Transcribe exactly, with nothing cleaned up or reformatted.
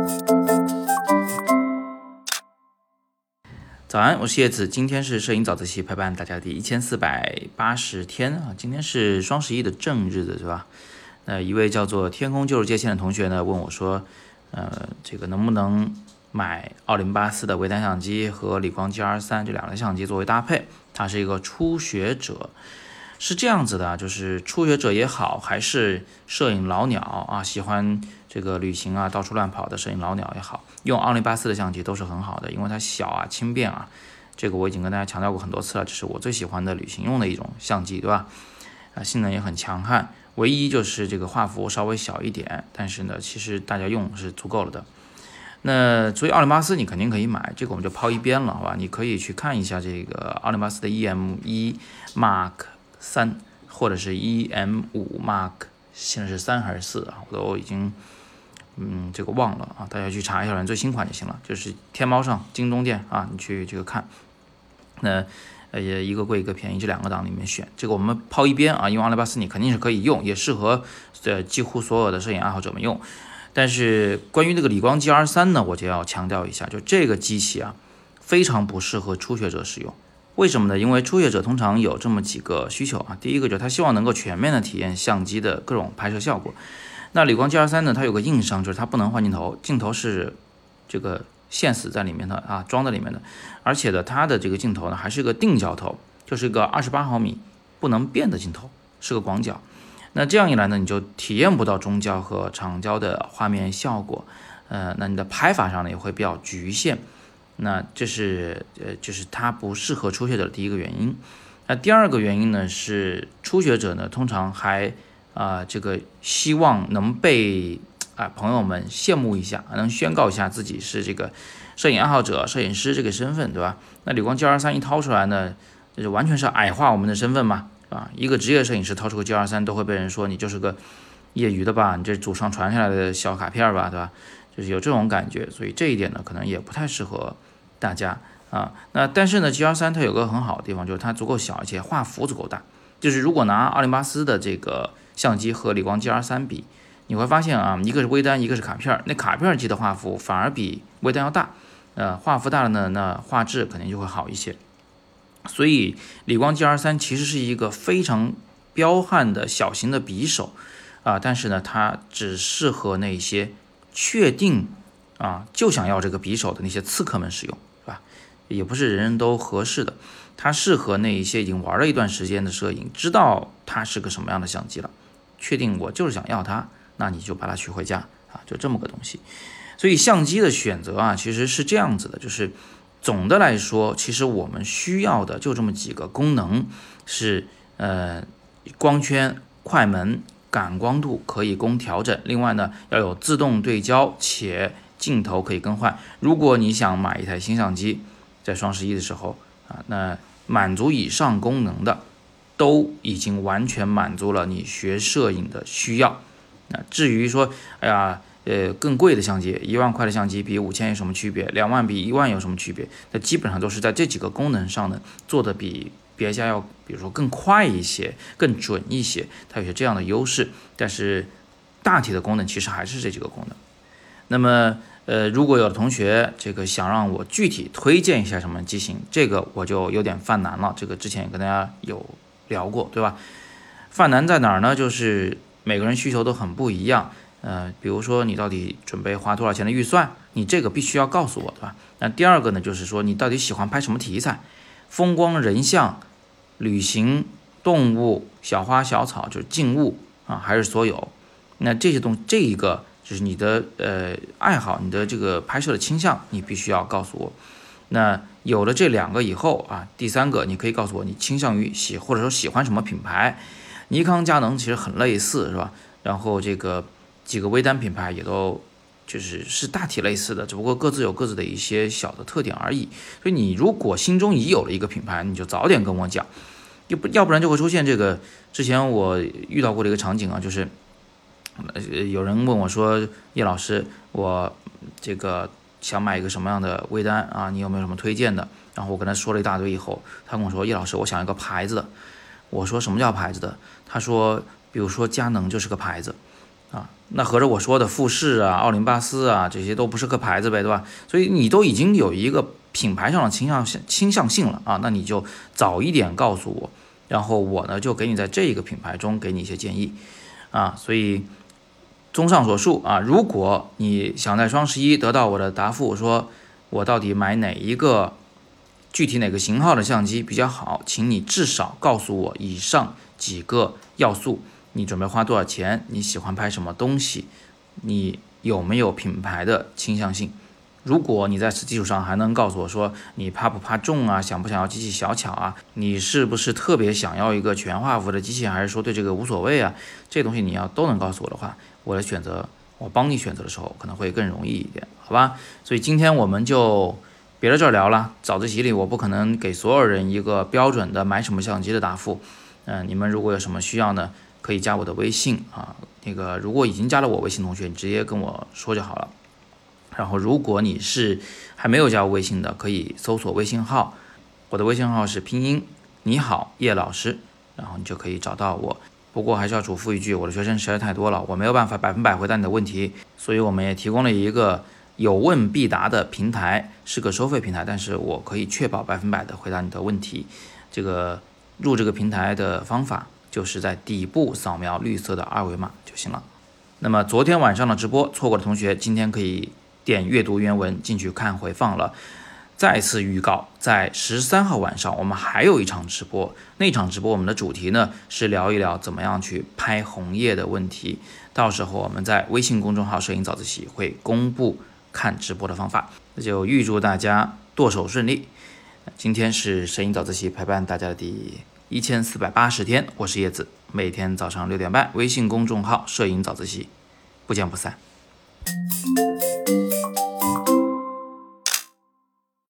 早安，我是叶子，今天是摄影早自习陪伴大家的第一千四百八十天啊，今天是双十一的正日子，是吧？那一位叫做天空就是界限的同学呢问我说，呃，这个能不能买奥林巴斯的微单相机和理光 G R 三这两台相机作为搭配？他是一个初学者，是这样子的，就是初学者也好，还是摄影老鸟啊，喜欢这个旅行啊，到处乱跑的摄影老鸟也好，用奥林巴斯的相机都是很好的，因为它小啊，轻便啊。这个我已经跟大家强调过很多次了，这是我最喜欢的旅行用的一种相机，对吧？啊，性能也很强悍，唯一就是这个画幅稍微小一点，但是呢，其实大家用是足够了的。那所以奥林巴斯你肯定可以买，这个我们就抛一边了，好吧？你可以去看一下这个奥林巴斯的 E M 一 Mark 三或者是 E M 五 Mark， 现在是三还是四啊？我都已经嗯这个忘了啊，大家去查一下最新款就行了，就是天猫上、京东店啊，你去这个看。那呃一个贵一个便宜，这两个档里面选，这个我们抛一边啊，因为奥林巴斯你肯定是可以用，也适合呃几乎所有的摄影爱好者们用。但是关于这个理光 G R 三呢，我就要强调一下，就这个机器啊，非常不适合初学者使用。为什么呢？因为初学者通常有这么几个需求啊，第一个就是他希望能够全面的体验相机的各种拍摄效果。那理光 G R 三呢，它有个硬伤，就是它不能换镜头，镜头是这个线死在里面的啊，装在里面的，而且呢，它的这个镜头呢还是个定焦头，就是一个二十八毫米不能变的镜头，是个广角。那这样一来呢，你就体验不到中焦和长焦的画面效果，呃，那你的拍法上呢也会比较局限。那这是呃，就是它不适合初学者的第一个原因。那第二个原因呢是初学者呢通常还啊、呃、这个希望能被啊、呃、朋友们羡慕一下，能宣告一下自己是这个摄影爱好者、摄影师这个身份，对吧？那理光 G R 三一掏出来呢，这就完全是矮化我们的身份嘛。啊，一个职业摄影师掏出个 G R 三都会被人说你就是个业余的吧，你这祖上传下来的小卡片吧，对吧？就是有这种感觉，所以这一点呢，可能也不太适合大家啊。那但是呢 ，G R 三它有个很好的地方，就是它足够小，而且画幅足够大。就是如果拿奥林巴斯的这个相机和理光 G R 三比，你会发现啊，一个是微单，一个是卡片，那卡片机的画幅反而比微单要大。呃，画幅大了呢，那画质肯定就会好一些。所以理光 G R 三其实是一个非常彪悍的小型的匕首啊，但是呢，它只适合那些确定啊就想要这个匕首的那些刺客们使用，是吧？也不是人人都合适的，它适合那一些已经玩了一段时间的摄影，知道它是个什么样的相机了，确定我就是想要它，那你就把它取回家啊，就这么个东西。所以相机的选择啊，其实是这样子的，就是总的来说，其实我们需要的就这么几个功能，是呃光圈、快门、感光度可以供调整。另外呢，要有自动对焦，且镜头可以更换。如果你想买一台新相机，在双十一的时候啊，那满足以上功能的，都已经完全满足了你学摄影的需要。那至于说，哎呀。呃，更贵的相机，一万块的相机比五千有什么区别？两万比一万有什么区别？那基本上都是在这几个功能上呢，做的比别家要，比如说更快一些，更准一些，它有些这样的优势。但是大体的功能其实还是这几个功能。那么，呃，如果有的同学这个想让我具体推荐一下什么机型，这个我就有点犯难了。这个之前也跟大家有聊过，对吧？犯难在哪儿呢？就是每个人需求都很不一样。呃，比如说你到底准备花多少钱的预算，你这个必须要告诉我，对吧？那第二个呢，就是说你到底喜欢拍什么题材，风光、人像、旅行、动物、小花小草，就是静物啊，还是所有？那这些东这一个就是你的呃爱好，你的这个拍摄的倾向，你必须要告诉我。那有了这两个以后啊，第三个你可以告诉我你倾向于喜或者说喜欢什么品牌。尼康、佳能其实很类似，是吧？然后这个。几个微单品牌也都就是是大体类似的，只不过各自有各自的一些小的特点而已。所以你如果心中已有了一个品牌，你就早点跟我讲，要不要不然就会出现这个之前我遇到过的一个场景啊，就是有人问我说，叶老师，我这个想买一个什么样的微单啊，你有没有什么推荐的？然后我跟他说了一大堆以后，他跟我说，叶老师，我想要一个牌子的。我说什么叫牌子的？他说比如说佳能就是个牌子。 啊，那合着我说的富士啊、奥林巴斯啊，这些都不是个牌子呗，对吧？所以你都已经有一个品牌上的倾向倾向性了啊，那你就早一点告诉我，然后我呢就给你在这个品牌中给你一些建议啊。所以综上所述啊，如果你想在双十一得到我的答复，说我到底买哪一个具体哪个型号的相机比较好，请你至少告诉我以上几个要素。你准备花多少钱？你喜欢拍什么东西？你有没有品牌的倾向性？如果你在此基础上还能告诉我说你怕不怕重啊，想不想要机器小巧啊，你是不是特别想要一个全画幅的机器，还是说对这个无所谓啊，这些东西你要都能告诉我的话，我的选择，我帮你选择的时候可能会更容易一点，好吧？所以今天我们就别在这儿聊了，早自习里我不可能给所有人一个标准的买什么相机的答复，嗯、呃，你们如果有什么需要呢，可以加我的微信啊，那个如果已经加了我微信同学，你直接跟我说就好了。然后如果你是还没有加我微信的，可以搜索微信号，我的微信号是拼音你好叶老师，然后你就可以找到我。不过还是要嘱咐一句，我的学生实在太多了，我没有办法百分百回答你的问题，所以我们也提供了一个有问必答的平台，是个收费平台，但是我可以确保百分百的回答你的问题。这个入这个平台的方法就是在底部扫描绿色的二维码就行了。那么昨天晚上的直播错过的同学，今天可以点阅读原文进去看回放了。再次预告，在十三号晚上我们还有一场直播，那场直播我们的主题呢是聊一聊怎么样去拍红叶的问题，到时候我们在微信公众号摄影早自习会公布看直播的方法，那就预祝大家剁手顺利。今天是摄影早自习陪伴大家的第一千四百八十天，我是叶子，每天早上六点半微信公众号摄影早自习，不见不散。